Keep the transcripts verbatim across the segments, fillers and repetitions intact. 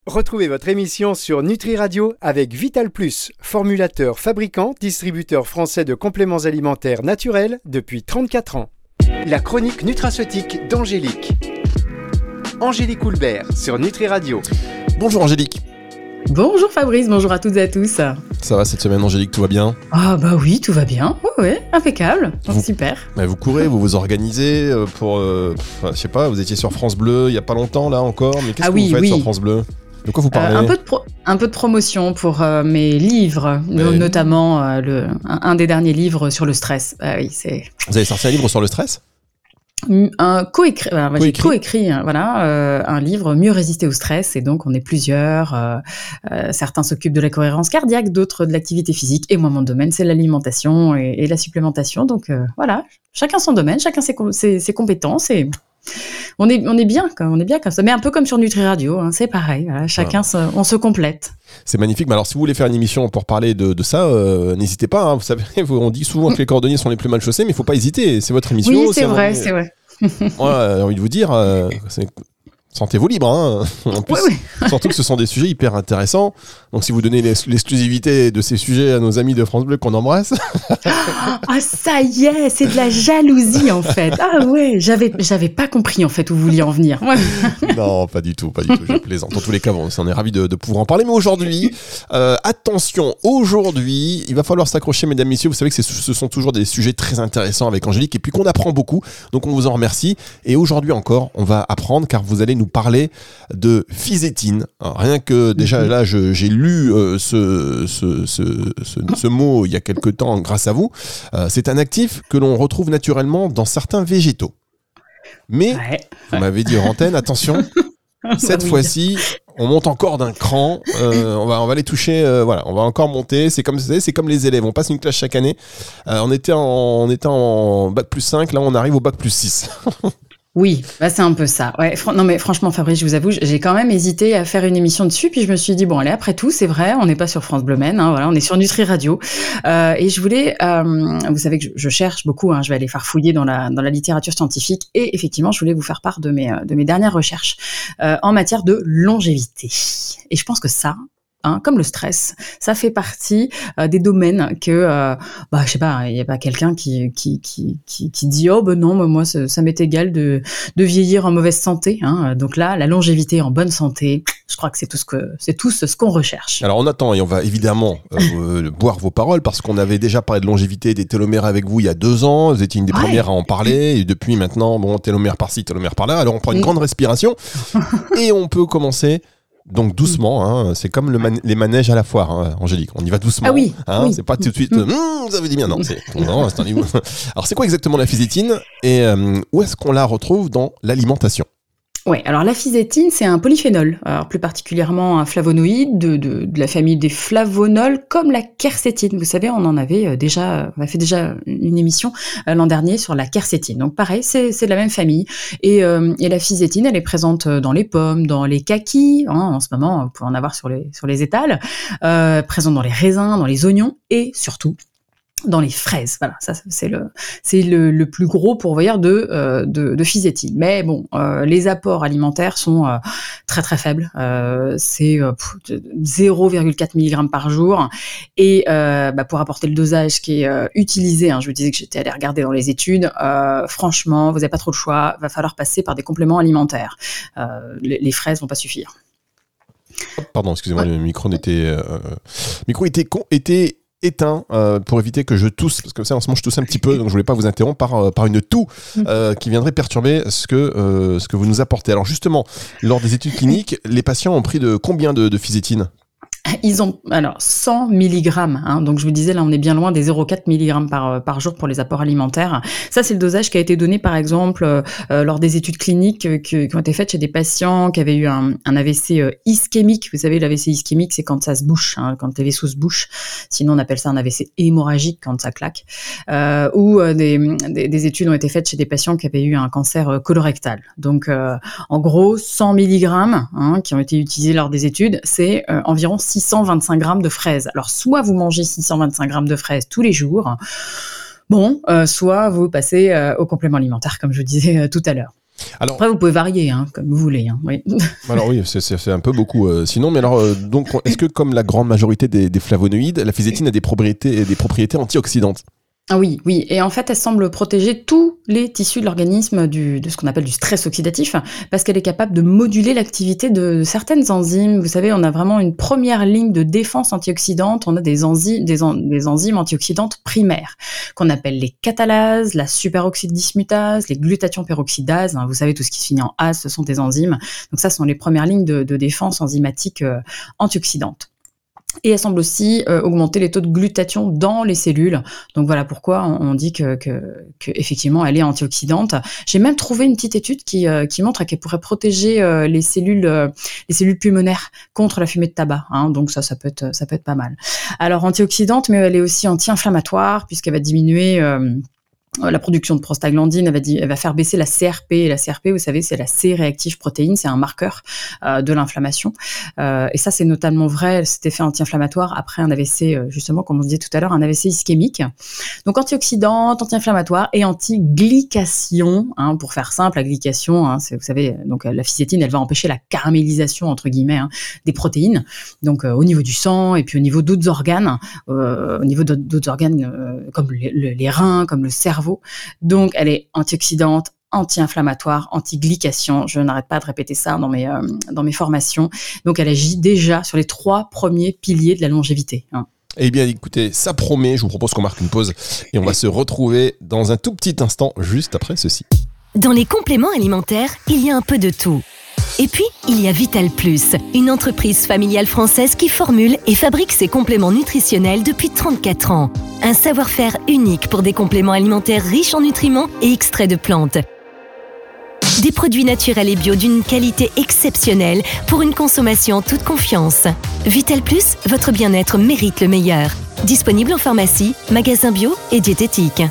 Retrouvez votre émission sur Nutri Radio avec Vital Plus, formulateur, fabricant, distributeur français de compléments alimentaires naturels depuis trente-quatre ans. La chronique nutraceutique d'Angélique. Angélique Houlbert sur Nutri Radio. Bonjour Angélique. Bonjour Fabrice, bonjour à toutes et à tous. Ça va cette semaine Angélique, tout va bien ? Ah bah oui, tout va bien, oui, ouais, impeccable, vous, super. Bah vous courez, vous vous organisez pour, euh, je sais pas, vous étiez sur France Bleu il y a pas longtemps là encore, mais qu'est-ce ah que oui, vous faites oui. sur France Bleu ? De quoi vous parlez ? euh, un, peu de pro- un peu de promotion pour euh, mes livres, mais... notamment euh, le, un, un des derniers livres sur le stress. Ah oui, c'est... Vous avez sorti un livre sur le stress ? Un coécrit, enfin, coécrit. j'ai coécrit hein, voilà, euh, un livre Mieux résister au stress, et donc on est plusieurs. Euh, euh, certains s'occupent de la cohérence cardiaque, d'autres de l'activité physique, et moi mon domaine c'est l'alimentation et, et la supplémentation. Donc euh, voilà, chacun son domaine, chacun ses, ses, ses compétences, et on est on est bien, on est bien comme ça. Mais un peu comme sur Nutri Radio, hein, c'est pareil. Voilà, chacun voilà. Se, on se complète. C'est magnifique. Mais alors, si vous voulez faire une émission pour parler de, de ça, euh, n'hésitez pas. Hein. Vous savez, on dit souvent que les cordonniers sont les plus mal chaussés, mais il faut pas hésiter. C'est votre émission. Oui, c'est, c'est vrai, un... c'est vrai. Ouais, j'ai envie de vous dire, euh, c'est... sentez-vous libre. Hein. En plus, oui, oui. Surtout que ce sont des sujets hyper intéressants. Donc, si vous donnez l'exclusivité de ces sujets à nos amis de France Bleu qu'on embrasse. Ah, ça y est, c'est de la jalousie en fait. Ah ouais, j'avais, j'avais pas compris en fait où vous vouliez en venir. Ouais. Non, pas du tout, pas du tout, je plaisante. En tous les cas, bon, on est ravis de, de pouvoir en parler. Mais aujourd'hui, euh, attention, aujourd'hui, il va falloir s'accrocher, mesdames, messieurs. Vous savez que c'est, ce sont toujours des sujets très intéressants avec Angélique et puis qu'on apprend beaucoup. Donc, on vous en remercie. Et aujourd'hui encore, on va apprendre car vous allez nous parler de fisétine. Alors, rien que déjà là, je, j'ai lu euh, ce, ce, ce, ce, ce mot il y a quelque temps grâce à vous. Euh, c'est un actif que l'on retrouve naturellement dans certains végétaux. Mais, ouais, vous ouais. m'avez dit en antenne, attention, cette oui. fois-ci, on monte encore d'un cran. Euh, on va, on va les toucher. Euh, voilà, on va encore monter. C'est comme, c'est, c'est comme les élèves. On passe une classe chaque année. Euh, on était en, on était en bac plus cinq. Là, on arrive au bac plus six. Oui, bah c'est un peu ça. Ouais, fr- non mais franchement, Fabrice, je vous avoue, j'ai quand même hésité à faire une émission dessus, puis je me suis dit bon, allez, après tout, c'est vrai, on n'est pas sur France Bleu Maine, hein, voilà, on est sur Nutri Radio, euh, et je voulais, euh, vous savez que je, je cherche beaucoup, hein, je vais aller farfouiller dans la dans la littérature scientifique, et effectivement, je voulais vous faire part de mes de mes dernières recherches euh, en matière de longévité. Et je pense que ça. Hein, comme le stress, ça fait partie euh, des domaines que, euh, bah, je sais pas, il y a pas quelqu'un qui qui qui qui, qui dit oh ben non, moi ça, ça m'est égal de de vieillir en mauvaise santé. Hein. Donc là, la longévité en bonne santé, je crois que c'est tout ce que c'est tout ce qu'on recherche. Alors on attend et on va évidemment euh, boire vos paroles parce qu'on avait déjà parlé de longévité et des télomères avec vous il y a deux ans. Vous étiez une des ouais. premières à en parler et depuis maintenant, bon, télomère par-ci, télomère par-là. Alors on prend une oui. grande respiration et on peut commencer. Donc doucement, hein, c'est comme le man- les manèges à la foire, hein, Angélique. On y va doucement. Ah oui, hein, oui. C'est pas tout de suite. Mmh, vous avez dit bien, non. C'est, non, c'est un livre. Alors c'est quoi exactement la fisétine et euh, où est-ce qu'on la retrouve dans l'alimentation ? Oui, alors la fisétine, c'est un polyphénol, alors plus particulièrement un flavonoïde de, de, de la famille des flavonols, comme la quercétine. Vous savez, on en avait déjà, on a fait déjà une émission euh, l'an dernier sur la quercétine. Donc pareil, c'est, c'est de la même famille. Et, euh, et la fisétine, elle est présente dans les pommes, dans les kakis, hein, en ce moment, vous pouvez en avoir sur les, sur les étals, euh, présente dans les raisins, dans les oignons et surtout dans les fraises. Voilà, ça c'est le c'est le, le plus gros pourvoyeur de euh, de, de fisétine. Mais bon, euh, les apports alimentaires sont euh, très très faibles. Euh, c'est euh, zéro virgule quatre milligrammes par jour. Et euh, bah, pour apporter le dosage qui est euh, utilisé, hein, je vous disais que j'étais allée regarder dans les études. Euh, franchement, vous n'avez pas trop le choix. Va falloir passer par des compléments alimentaires. Euh, les, les fraises vont pas suffire. Pardon, excusez-moi, ouais. le micro n'était euh, micro était con, était éteint euh, pour éviter que je tousse parce que ça en ce moment je tousse un petit peu donc je voulais pas vous interrompre par euh, par une toux euh, qui viendrait perturber ce que euh, ce que vous nous apportez. Alors justement, lors des études cliniques, les patients ont pris de combien de, de fisétine ? Ils ont alors cent milligrammes, hein, donc je vous disais là on est bien loin des zéro virgule quatre milligrammes par par jour pour les apports alimentaires. Ça c'est le dosage qui a été donné par exemple euh, lors des études cliniques euh, qui, qui ont été faites chez des patients qui avaient eu un, un A V C euh, ischémique. Vous savez l'A V C ischémique c'est quand ça se bouche, hein, quand les vaisseaux se bouchent. Sinon on appelle ça un A V C hémorragique quand ça claque. Euh, ou euh, des, des, des études ont été faites chez des patients qui avaient eu un cancer euh, colorectal. Donc euh, en gros cent milligrammes hein, qui ont été utilisés lors des études, c'est euh, environ six cent vingt-cinq grammes de fraises. Alors, soit vous mangez six cent vingt-cinq grammes de fraises tous les jours, bon, euh, soit vous passez euh, au complément alimentaire, comme je vous disais euh, tout à l'heure. Alors, après, vous pouvez varier, hein, comme vous voulez. Hein, oui. Alors oui, c'est, c'est, c'est un peu beaucoup. Euh, sinon, mais alors, euh, donc, est-ce que comme la grande majorité des, des flavonoïdes, la fisétine a des propriétés, des propriétés antioxydantes ? Ah oui, oui. Et en fait, elle semble protéger tous les tissus de l'organisme du, de ce qu'on appelle du stress oxydatif, parce qu'elle est capable de moduler l'activité de certaines enzymes. Vous savez, on a vraiment une première ligne de défense antioxydante. On a des enzymes, des, en, des enzymes antioxydantes primaires, qu'on appelle les catalases, la superoxydismutase, les glutathion peroxydase. Vous savez, tout ce qui se finit en ase, ce sont des enzymes. Donc ça, ce sont les premières lignes de, de défense enzymatique euh, antioxydante. Et elle semble aussi euh, augmenter les taux de glutathion dans les cellules. Donc voilà pourquoi on, on dit que, que, que effectivement elle est antioxydante. J'ai même trouvé une petite étude qui, euh, qui montre qu'elle pourrait protéger euh, les cellules euh, les cellules pulmonaires contre la fumée de tabac. Hein. Donc ça, ça peut être ça peut être pas mal. Alors antioxydante, mais elle est aussi anti-inflammatoire puisqu'elle va diminuer euh, la production de prostaglandine, elle va, di- elle va faire baisser la C R P. Et la C R P, vous savez, c'est la C-réactive protéine, c'est un marqueur euh, de l'inflammation. Euh, et ça, c'est notamment vrai, cet effet anti-inflammatoire après un A V C, euh, justement, comme on disait tout à l'heure, un A V C ischémique. Donc antioxydante, anti-inflammatoire et anti-glycation. Hein, pour faire simple, la glycation, hein, c'est, vous savez, donc la fisétine, elle va empêcher la caramélisation, entre guillemets, hein, des protéines. Donc euh, au niveau du sang et puis au niveau d'autres organes, euh, au niveau d'autres, d'autres organes euh, comme les, les reins, comme le cerveau. Donc, elle est antioxydante, anti-inflammatoire, anti-glycation. Je n'arrête pas de répéter ça dans mes, euh, dans mes formations. Donc, elle agit déjà sur les trois premiers piliers de la longévité. Hein. Eh bien, écoutez, ça promet. Je vous propose qu'on marque une pause et on va se retrouver dans un tout petit instant, juste après ceci. Dans les compléments alimentaires, il y a un peu de tout. Et puis, il y a Vital Plus, une entreprise familiale française qui formule et fabrique ses compléments nutritionnels depuis trente-quatre ans. Un savoir-faire unique pour des compléments alimentaires riches en nutriments et extraits de plantes. Des produits naturels et bio d'une qualité exceptionnelle pour une consommation en toute confiance. Vital Plus, votre bien-être mérite le meilleur. Disponible en pharmacie, magasin bio et diététique.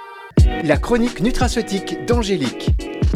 La chronique nutraceutique d'Angélique.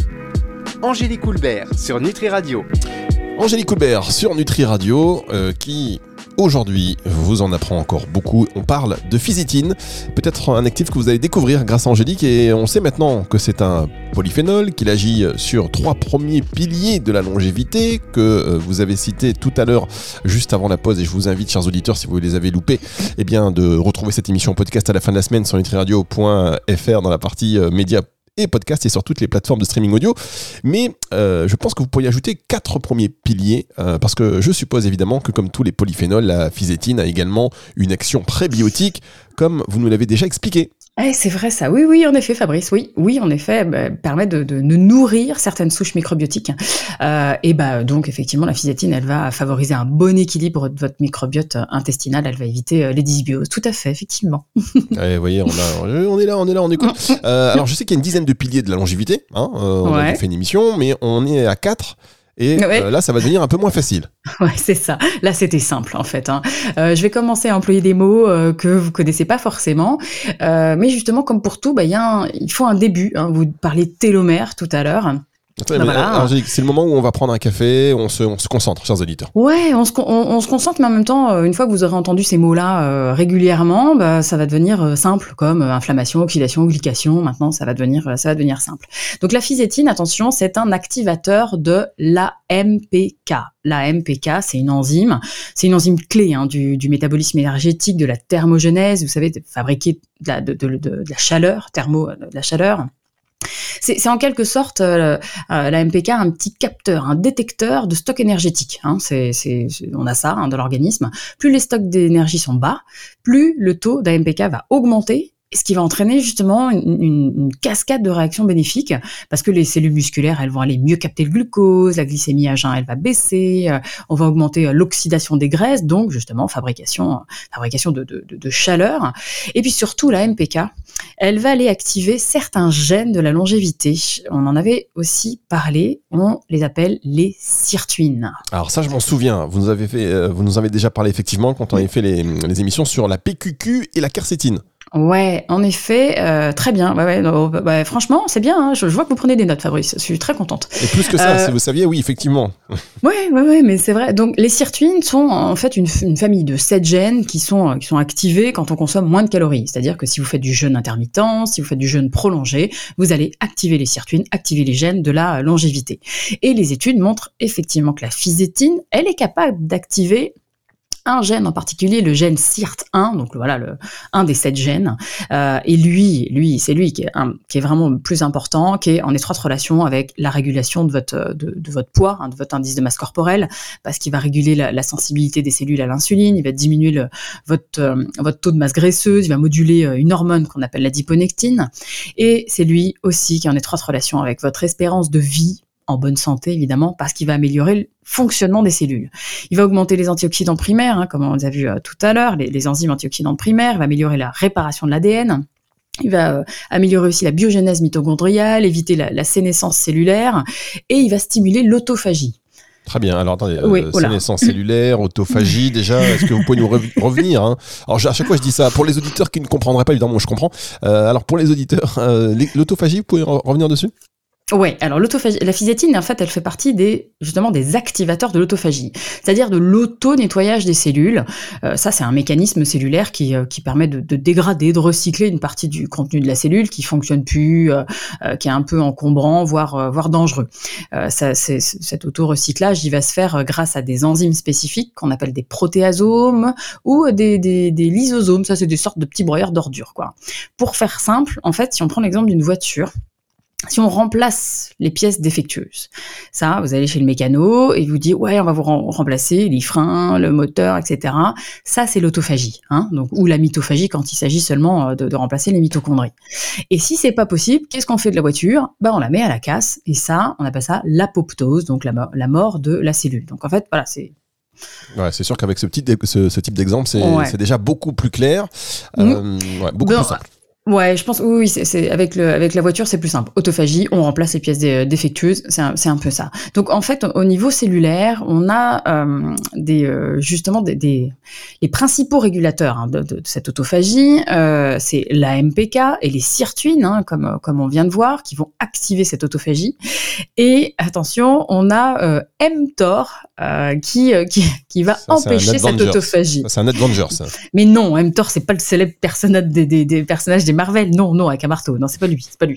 Angélique Houlbert sur Nutri Radio. Angélique Houlbert sur Nutri Radio euh, qui aujourd'hui vous en apprend encore beaucoup. On parle de fisétine, peut-être un actif que vous allez découvrir grâce à Angélique, et on sait maintenant que c'est un polyphénol, qu'il agit sur trois premiers piliers de la longévité que euh, vous avez cités tout à l'heure juste avant la pause, et je vous invite, chers auditeurs, si vous les avez loupés, eh bien de retrouver cette émission podcast à la fin de la semaine sur nutri radio point f r dans la partie euh, médias et podcast et sur toutes les plateformes de streaming audio. Mais euh, je pense que vous pourriez ajouter quatre premiers piliers euh, parce que je suppose évidemment que comme tous les polyphénols, la fisétine a également une action prébiotique comme vous nous l'avez déjà expliqué. Eh, c'est vrai ça, oui, oui, en effet, Fabrice, oui, oui, en effet, bah, permet de, de, de nourrir certaines souches microbiotiques. Euh, et bah donc effectivement, la fisétine, elle va favoriser un bon équilibre de votre microbiote intestinal, elle va éviter les dysbioses. Tout à fait, effectivement. Vous voyez, on, a, on est là, on est là, on écoute. Euh, alors je sais qu'il y a une dizaine de piliers de la longévité. Hein, euh, on ouais. a fait une émission, mais on est à quatre. Et ouais. euh, là, ça va devenir un peu moins facile. Ouais, c'est ça. Là, c'était simple, en fait. Hein. Euh, je vais commencer à employer des mots euh, que vous connaissez pas forcément. Euh, mais justement, comme pour tout, bah, y a un, il faut un début. Hein. Vous parliez de télomère tout à l'heure. Attends, ben voilà. Angélique, c'est le moment où on va prendre un café, on se, on se concentre, chers auditeurs. Ouais, on se, on, on se concentre, mais en même temps, une fois que vous aurez entendu ces mots-là euh, régulièrement, bah, ça va devenir euh, simple, comme euh, inflammation, oxydation, glycation. Maintenant, ça va devenir, euh, ça va devenir simple. Donc, la fisétine, attention, c'est un activateur de l'A M P K. L'A M P K, c'est une enzyme, c'est une enzyme clé hein, du, du métabolisme énergétique, de la thermogenèse. Vous savez, de fabriquer de la, de, de, de, de la chaleur, thermo, de la chaleur. C'est, c'est en quelque sorte euh, euh, la M P K un petit capteur, un détecteur de stock énergétique. Hein. C'est, c'est, on a ça hein, dans l'organisme. Plus les stocks d'énergie sont bas, plus le taux d'A M P K va augmenter. Ce qui va entraîner justement une, une, une cascade de réactions bénéfiques parce que les cellules musculaires, elles vont aller mieux capter le glucose, la glycémie à jeun, elle va baisser, euh, on va augmenter euh, l'oxydation des graisses, donc justement fabrication, fabrication de, de, de, de chaleur. Et puis surtout, la M P K, elle va aller activer certains gènes de la longévité. On en avait aussi parlé, on les appelle les sirtuines. Alors ça, je m'en souviens, vous nous avez, fait, euh, vous nous avez déjà parlé effectivement quand on avait fait les, les émissions sur la P Q Q et la quercétine. Ouais, en effet, euh, très bien. Bah ouais, non, bah, bah, franchement, c'est bien. Hein. Je, je vois que vous prenez des notes, Fabrice. Je suis très contente. Et plus que ça, Euh, si vous saviez, oui, effectivement. Ouais, ouais, ouais, mais c'est vrai. Donc, les sirtuines sont en fait une, une famille de sept gènes qui sont, qui sont activés quand on consomme moins de calories. C'est-à-dire que si vous faites du jeûne intermittent, si vous faites du jeûne prolongé, vous allez activer les sirtuines, activer les gènes de la longévité. Et les études montrent effectivement que la fisétine, elle est capable d'activer un gène en particulier, le gène S I R T un, donc voilà, le, un des sept gènes. Euh, et lui, lui, c'est lui qui est, un, qui est vraiment le plus important, qui est en étroite relation avec la régulation de votre, de, de votre poids, hein, de votre indice de masse corporelle, parce qu'il va réguler la, la sensibilité des cellules à l'insuline, il va diminuer le, votre, euh, votre taux de masse graisseuse, il va moduler euh, une hormone qu'on appelle la diponectine. Et c'est lui aussi qui est en étroite relation avec votre espérance de vie, en bonne santé évidemment, parce qu'il va améliorer le fonctionnement des cellules. Il va augmenter les antioxydants primaires, hein, comme on les a vu euh, tout à l'heure, les, les enzymes antioxydantes primaires, il va améliorer la réparation de l'A D N, il va euh, améliorer aussi la biogénèse mitochondriale, éviter la, la sénescence cellulaire, et il va stimuler l'autophagie. Très bien. Alors, attendez, Oui, euh, voilà. sénescence cellulaire, autophagie, déjà, est-ce que vous pouvez nous rev- revenir hein Alors, à chaque fois, je dis ça. Pour les auditeurs qui ne comprendraient pas, évidemment, moi, je comprends. Euh, alors, pour les auditeurs, euh, l'autophagie, vous pouvez re- revenir dessus ? Ouais, alors l'autophagie, la fisétine, en fait, elle fait partie des justement des activateurs de l'autophagie, c'est-à-dire de l'auto-nettoyage des cellules. Euh, ça, c'est un mécanisme cellulaire qui euh, qui permet de, de dégrader, de recycler une partie du contenu de la cellule qui fonctionne plus, euh, euh, qui est un peu encombrant, voire euh, voire dangereux. Euh, ça, c'est, cet auto-recyclage, il va se faire grâce à des enzymes spécifiques qu'on appelle des protéasomes ou des des, des lysosomes. Ça, c'est des sortes de petits broyeurs d'ordures, quoi. Pour faire simple, en fait, si on prend l'exemple d'une voiture. Si on remplace les pièces défectueuses, ça, vous allez chez le mécano et il vous dit ouais, on va vous rem- remplacer les freins, le moteur, et cetera. Ça, c'est l'autophagie, hein, donc ou la mitophagie quand il s'agit seulement de, de remplacer les mitochondries. Et si c'est pas possible, qu'est-ce qu'on fait de la voiture ? Ben, on la met à la casse et ça, on appelle ça l'apoptose, donc la, la mort de la cellule. Donc en fait, voilà, c'est Ouais, c'est sûr qu'avec ce, petit, ce, ce type d'exemple, c'est, ouais. c'est déjà beaucoup plus clair, euh, mmh. ouais, beaucoup bon, plus simple. Ouais, je pense, oui, oui c'est, c'est, avec, le, avec la voiture, c'est plus simple. Autophagie, on remplace les pièces dé, défectueuses, c'est un, c'est un peu ça. Donc, en fait, au niveau cellulaire, on a euh, des, euh, justement des, des, les principaux régulateurs hein, de, de, de cette autophagie, euh, c'est l'A M P K et les sirtuines, hein, comme, comme on vient de voir, qui vont activer cette autophagie. Et attention, on a euh, mTOR euh, qui, euh, qui, qui va ça, empêcher cette autophagie. Ça, c'est un Avenger, ça. Mais non, mTOR, c'est pas le célèbre personnage des, des, des personnages des Marvel, non, non, avec un marteau, non, c'est pas lui, c'est pas lui.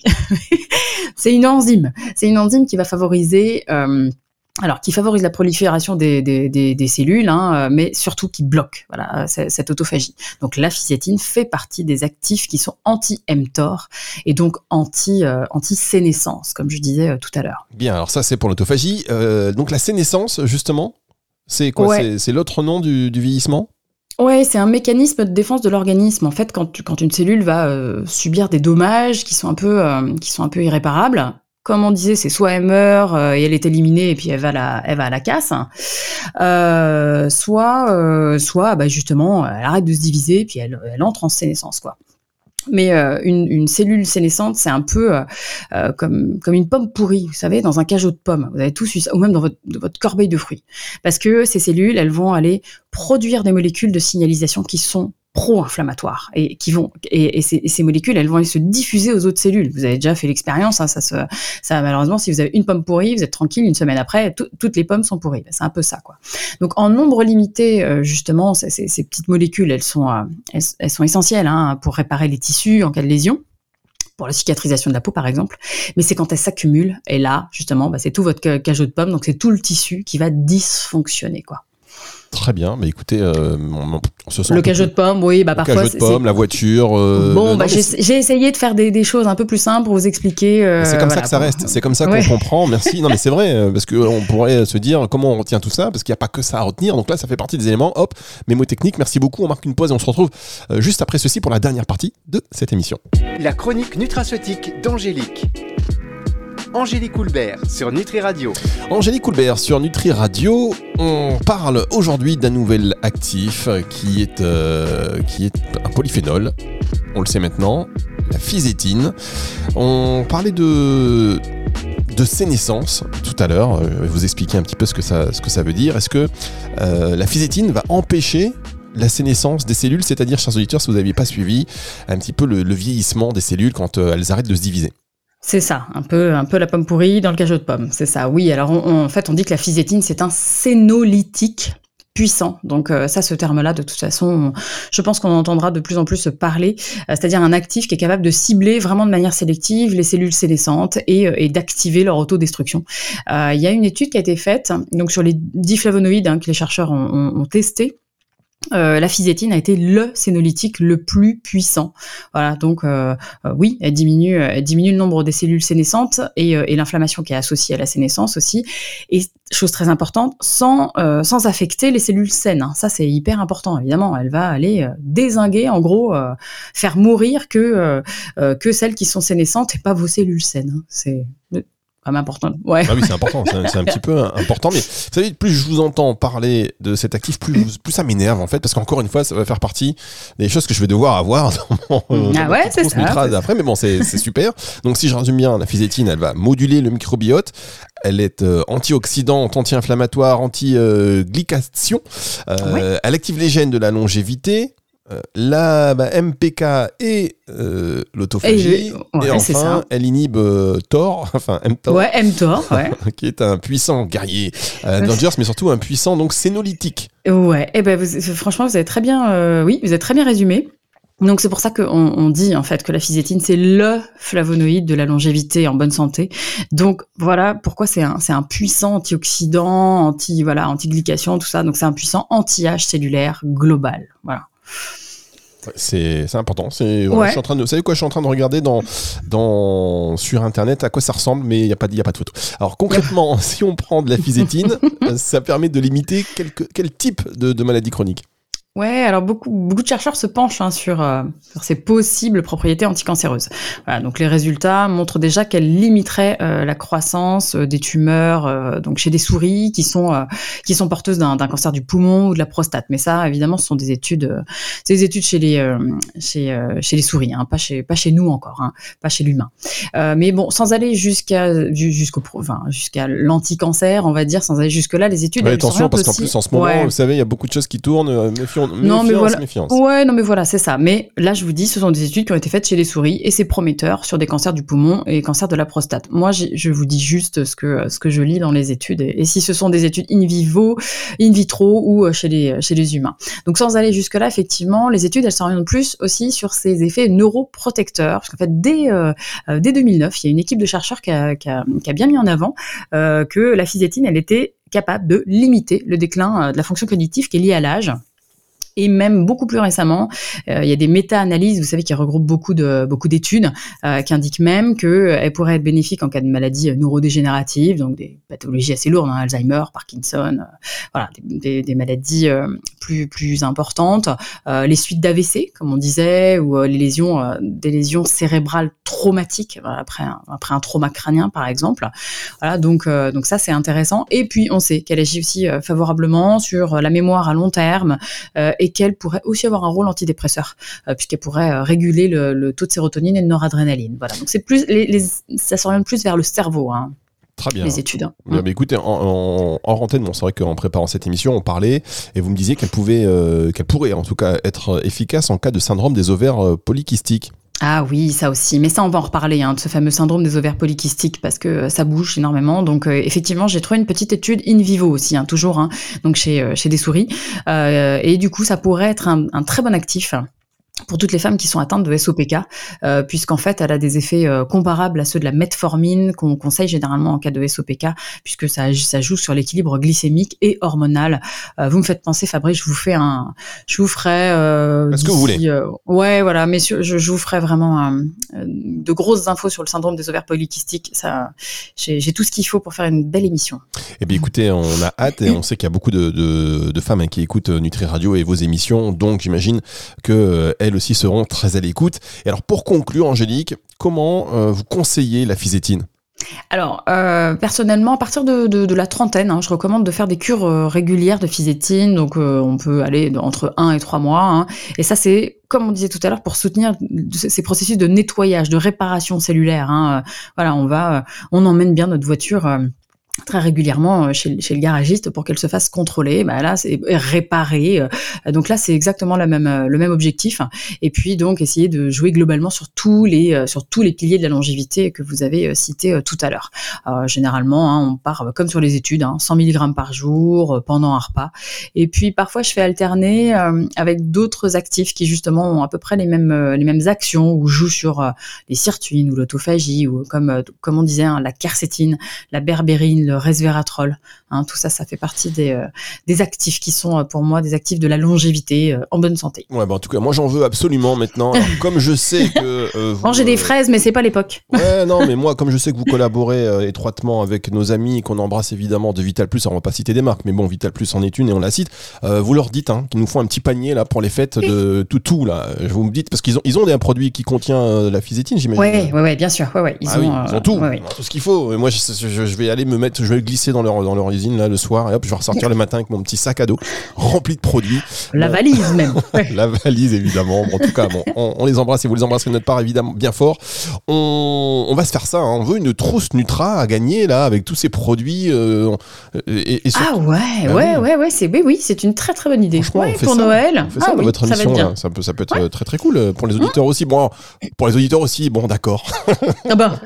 C'est une enzyme, c'est une enzyme qui va favoriser, euh, alors qui favorise la prolifération des, des, des, des cellules, hein, mais surtout qui bloque, voilà, cette autophagie. Donc la fisétine fait partie des actifs qui sont anti-mTOR et donc anti, euh, anti-sénescence, comme je disais euh, tout à l'heure. Bien, alors ça c'est pour l'autophagie. Euh, donc la sénescence, justement, c'est quoi ? Ouais. c'est, c'est l'autre nom du, du vieillissement ? Ouais, c'est un mécanisme de défense de l'organisme. En fait, quand, tu, quand une cellule va euh, subir des dommages qui sont un peu, euh, qui sont un peu irréparables, comme on disait, c'est soit elle meurt euh, et elle est éliminée et puis elle va, la, elle va à la casse, euh, soit, euh, soit bah justement, elle arrête de se diviser et puis elle, elle entre en sénescence, quoi. Mais euh, une, une cellule sénescente, c'est un peu euh, comme, comme une pomme pourrie, vous savez, dans un cajot de pommes. Vous avez tous eu ça, ou même dans votre, de votre corbeille de fruits. Parce que ces cellules, elles vont aller produire des molécules de signalisation qui sont pro-inflammatoires et qui vont et, et, ces, et ces molécules, elles vont aller se diffuser aux autres cellules. Vous avez déjà fait l'expérience, hein, ça se, ça malheureusement, si vous avez une pomme pourrie, vous êtes tranquille, une semaine après, tout, toutes les pommes sont pourries. C'est un peu ça, quoi. Donc en nombre limité, euh, justement, ces, ces, ces petites molécules, elles sont, euh, elles, elles sont essentielles hein, pour réparer les tissus en cas de lésion. Pour la cicatrisation de la peau, par exemple. Mais c'est quand elles s'accumulent, et là, justement, bah, c'est tout votre cajot de pommes, donc c'est tout le tissu qui va dysfonctionner, quoi. Très bien, mais écoutez, euh, on, on se sent le cajot de pommes, oui, bah le parfois. Le cajot de pommes, la voiture. Euh, bon, non, bah j'ai, c'est... j'ai essayé de faire des, des choses un peu plus simples pour vous expliquer. Euh, c'est comme voilà, ça que ça pour... reste, c'est comme ça ouais. qu'on comprend. Merci. Non, mais c'est vrai, parce qu'on pourrait se dire comment on retient tout ça, parce qu'il n'y a pas que ça à retenir. Donc là, ça fait partie des éléments. Hop, mémotechnique. Merci beaucoup. On marque une pause et on se retrouve euh, juste après ceci pour la dernière partie de cette émission. La chronique nutraceutique d'Angélique. Angélique Coulbert sur Nutri Radio. Angélique Coulbert sur Nutri Radio. On parle aujourd'hui d'un nouvel actif qui est, euh, qui est un polyphénol. On le sait maintenant, la fisétine. On parlait de, de sénescence tout à l'heure. Je vais vous expliquer un petit peu ce que ça, ce que ça veut dire. Est-ce que euh, la fisétine va empêcher la sénescence des cellules, c'est-à-dire, chers auditeurs, si vous n'aviez pas suivi, un petit peu le, le vieillissement des cellules quand euh, elles arrêtent de se diviser. C'est ça, un peu, un peu la pomme pourrie dans le cachot de pomme. C'est ça, oui. Alors, on, on, en fait, on dit que la fisétine, c'est un sénolytique puissant. Donc euh, ça, ce terme-là, de toute façon, on, je pense qu'on entendra de plus en plus se parler, euh, c'est-à-dire un actif qui est capable de cibler vraiment de manière sélective les cellules sénescentes et, euh, et d'activer leur autodestruction. Euh, il y a une étude qui a été faite donc sur les diflavonoïdes hein, que les chercheurs ont, ont, ont testé. Euh, la fisétine a été le sénolytique le plus puissant. Voilà, donc euh, euh, oui, elle diminue, elle diminue le nombre des cellules sénescentes et, euh, et l'inflammation qui est associée à la sénescence aussi. Et chose très importante, sans euh, sans affecter les cellules saines. Hein. Ça, c'est hyper important. Évidemment, elle va aller euh, dézinguer, en gros, euh, faire mourir que euh, euh, que celles qui sont sénescentes et pas vos cellules saines. Hein. C'est Comme important. Ouais. Ah oui, c'est important, c'est un, c'est un petit peu important. Mais vous savez, plus je vous entends parler de cet actif, plus, plus ça m'énerve en fait, parce qu'encore une fois, ça va faire partie des choses que je vais devoir avoir dans mon, ah dans ouais, mon c'est ça, Nutra c'est après. Ça. Mais bon, c'est, c'est super. Donc si je résume bien, la fisétine, elle va moduler le microbiote. Elle est euh, antioxydante, anti-inflammatoire, anti-glycation. Euh, ouais. Elle active les gènes de la longévité. Euh, la bah, M P K et euh, l'autophagie. Et, ouais, et enfin, elle inhibe euh, Thor, enfin mTOR. Ouais, mTOR, ouais. qui est un puissant guerrier euh, Avengers, mais surtout un puissant donc sénolytique. Ouais, et ben vous, franchement, vous avez très bien, euh, oui, vous avez très bien résumé. Donc c'est pour ça qu'on on dit en fait que la fisétine c'est le flavonoïde de la longévité en bonne santé. Donc voilà pourquoi c'est un c'est un puissant antioxydant, anti voilà, anti-glycation, tout ça. Donc c'est un puissant anti-âge cellulaire global. Voilà. C'est, c'est important. C'est, voilà, ouais. je suis en train de, vous savez quoi, je suis en train de regarder dans, dans, sur Internet à quoi ça ressemble, mais il n'y a pas, il y a pas de photo. Alors concrètement, si on prend de la fisétine, ça permet de limiter quel, quel type de, de maladie chronique? Ouais, alors beaucoup, beaucoup de chercheurs se penchent hein, sur, euh, sur ces possibles propriétés anticancéreuses. Voilà, donc les résultats montrent déjà qu'elle limiterait euh, la croissance euh, des tumeurs euh, donc chez des souris qui sont euh, qui sont porteuses d'un, d'un cancer du poumon ou de la prostate. Mais ça, évidemment, ce sont des études, euh, c'est des études chez les euh, chez euh, chez les souris, hein, pas chez pas chez nous encore, hein, pas chez l'humain. Euh, mais bon, sans aller jusqu'à jusqu'au enfin jusqu'à l'anticancer, on va dire, sans aller jusque là, les études. Ouais, attention, parce qu'en aussi. plus en ce moment, ouais. vous savez, il y a beaucoup de choses qui tournent. Euh, méfions. Non, méfiance, mais voilà. méfiance. Ouais, non, mais voilà, c'est ça. Mais là, je vous dis, ce sont des études qui ont été faites chez les souris et c'est prometteur sur des cancers du poumon et cancers de la prostate. Moi, je vous dis juste ce que ce que je lis dans les études et, et si ce sont des études in vivo, in vitro ou chez les chez les humains. Donc, sans aller jusque là, effectivement, les études elles s'orientent plus aussi sur ces effets neuroprotecteurs. Parce qu'en fait, dès euh, dès deux mille neuf, il y a une équipe de chercheurs qui a qui a, qui a bien mis en avant euh, que la fisétine, elle était capable de limiter le déclin de la fonction cognitive qui est liée à l'âge. Et même beaucoup plus récemment, euh, il y a des méta-analyses, vous savez, qui regroupent beaucoup de beaucoup d'études, euh, qui indiquent même qu'elle pourrait être bénéfique en cas de maladies neurodégénératives, donc des pathologies assez lourdes, hein, Alzheimer, Parkinson, euh, voilà, des, des, des maladies euh, plus plus importantes, euh, les suites d'A V C, comme on disait, ou euh, les lésions, euh, des lésions cérébrales traumatiques voilà, après un, après un trauma crânien, par exemple. Voilà, donc euh, donc ça c'est intéressant. Et puis on sait qu'elle agit aussi euh, favorablement sur la mémoire à long terme. Euh, et qu'elle pourrait aussi avoir un rôle antidépresseur, euh, puisqu'elle pourrait euh, réguler le, le taux de sérotonine et de noradrénaline. Voilà, donc c'est plus, les, les, ça s'oriente plus vers le cerveau, hein, Très bien. les études. Hein. Mais, mais écoutez, en, en, en antenne, bon, c'est vrai qu'en préparant cette émission, on parlait et vous me disiez qu'elle pouvait, euh, qu'elle pourrait en tout cas être efficace en cas de syndrome des ovaires euh, polykystiques. Ah oui, ça aussi. Mais ça, on va en reparler, hein, de ce fameux syndrome des ovaires polykystiques, parce que ça bouge énormément. Donc, euh, effectivement, j'ai trouvé une petite étude in vivo aussi, hein, toujours, hein, donc chez, euh, chez des souris. Euh, et du coup, ça pourrait être un, un très bon actif pour toutes les femmes qui sont atteintes de S O P K, euh, puisqu'en fait, elle a des effets euh, comparables à ceux de la metformine qu'on conseille généralement en cas de S O P K, puisque ça, ça joue sur l'équilibre glycémique et hormonal. Euh, vous me faites penser, Fabrice, je vous fais un, je vous ferai. Euh, Est-ce que vous voulez euh, Ouais, voilà, mais je, je vous ferai vraiment euh, de grosses infos sur le syndrome des ovaires polykystiques. Ça, j'ai, j'ai tout ce qu'il faut pour faire une belle émission. Eh bien, écoutez, on a hâte et on sait qu'il y a beaucoup de, de, de femmes hein, qui écoutent Nutri Radio et vos émissions, donc j'imagine que euh, elles aussi seront très à l'écoute. Et alors, pour conclure, Angélique, comment euh, vous conseillez la fisétine ? Alors, euh, personnellement, à partir de, de, de la trentaine, hein, je recommande de faire des cures euh, régulières de fisétine. Donc, euh, on peut aller entre un et trois mois. Hein, et ça, c'est, comme on disait tout à l'heure, pour soutenir ces processus de nettoyage, de réparation cellulaire. Hein, euh, voilà, on va, euh, on emmène bien notre voiture. Euh, très régulièrement chez, chez le garagiste pour qu'elle se fasse contrôler. Bah là, c'est réparer. Donc là, c'est exactement la même, le même objectif. Et puis donc essayer de jouer globalement sur tous les, sur tous les piliers de la longévité que vous avez cités tout à l'heure. Euh, généralement, hein, on part comme sur les études, hein, cent milligrammes par jour pendant un repas. Et puis parfois, je fais alterner euh, avec d'autres actifs qui justement ont à peu près les mêmes, les mêmes actions ou jouent sur euh, les sirtuines ou l'autophagie ou comme, comme on disait, hein, la quercétine, la berbérine, le resveratrol, hein, tout ça, ça fait partie des, euh, des actifs qui sont pour moi des actifs de la longévité euh, en bonne santé. Ouais, bah en tout cas, moi j'en veux absolument maintenant. Alors, comme je sais que euh, vous, manger euh... des fraises, mais c'est pas l'époque. Ouais, non, mais moi, comme je sais que vous collaborez euh, étroitement avec nos amis qu'on embrasse évidemment de Vital Plus, alors on va pas citer des marques, mais bon, Vital Plus en est une et on la cite. Euh, vous leur dites hein, qu'ils nous font un petit panier là pour les fêtes de tout tout là. Vous me dites parce qu'ils ont ils ont des produits qui contient euh, la fisétine, j'imagine. Ouais, ouais, ouais, bien sûr. Ouais, ouais. Ils, ah ont, oui, euh, ils ont tout, ouais, ouais. tout ce qu'il faut. Et moi, je, je, je vais aller me mettre, je vais le glisser dans leur dans leur usine là le soir et hop, je vais ressortir le matin avec mon petit sac à dos rempli de produits. La bon. valise même. La valise évidemment. Bon, en tout cas, bon, on, on les embrasse et vous les embrasserez de notre part évidemment bien fort. On, on va se faire ça. Hein. On veut une trousse Nutra à gagner là avec tous ces produits. Euh, et, et surtout, ah ouais, bah ouais, oui. ouais, ouais, c'est oui, oui, c'est une très très bonne idée. Ouais, pour ça, Noël. On fait ah ça dans oui, votre ça émission. va être bien. Là. Ça peut, ça peut être ouais. très très cool pour les auditeurs mmh. aussi. Bon, pour les auditeurs aussi. Bon, d'accord. Ah bon.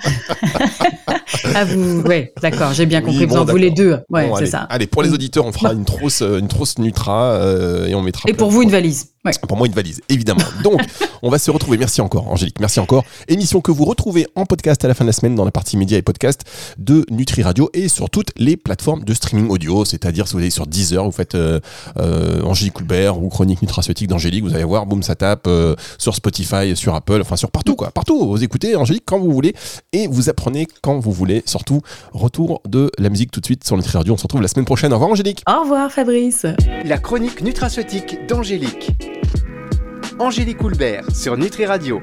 Ah vous, ouais, d'accord, j'ai bien compris. Oui, bon, vous en voulez deux. Ouais, bon, c'est allez, ça. Allez, pour les auditeurs, on fera une trousse, une trousse Nutra euh, et on mettra. Et pour vous, une valise. Ouais. Pour moi, une valise, évidemment. Donc, on va se retrouver. Merci encore, Angélique. Merci encore. Émission que vous retrouvez en podcast à la fin de la semaine dans la partie médias et podcast de Nutri Radio et sur toutes les plateformes de streaming audio. C'est-à-dire, si vous allez sur Deezer, vous faites euh, euh, Angélique Coulbert ou Chronique nutraceutique d'Angélique, vous allez voir, boum, ça tape euh, sur Spotify, sur Apple, enfin sur partout, quoi. Partout. Vous écoutez Angélique quand vous voulez et vous apprenez quand vous voulez. Surtout, retour de la musique tout de suite sur Nutri Radio. On se retrouve la semaine prochaine. Au revoir, Angélique. Au revoir, Fabrice. La chronique nutraceutique d'Angélique. Angélique Coulbert sur Nutri Radio.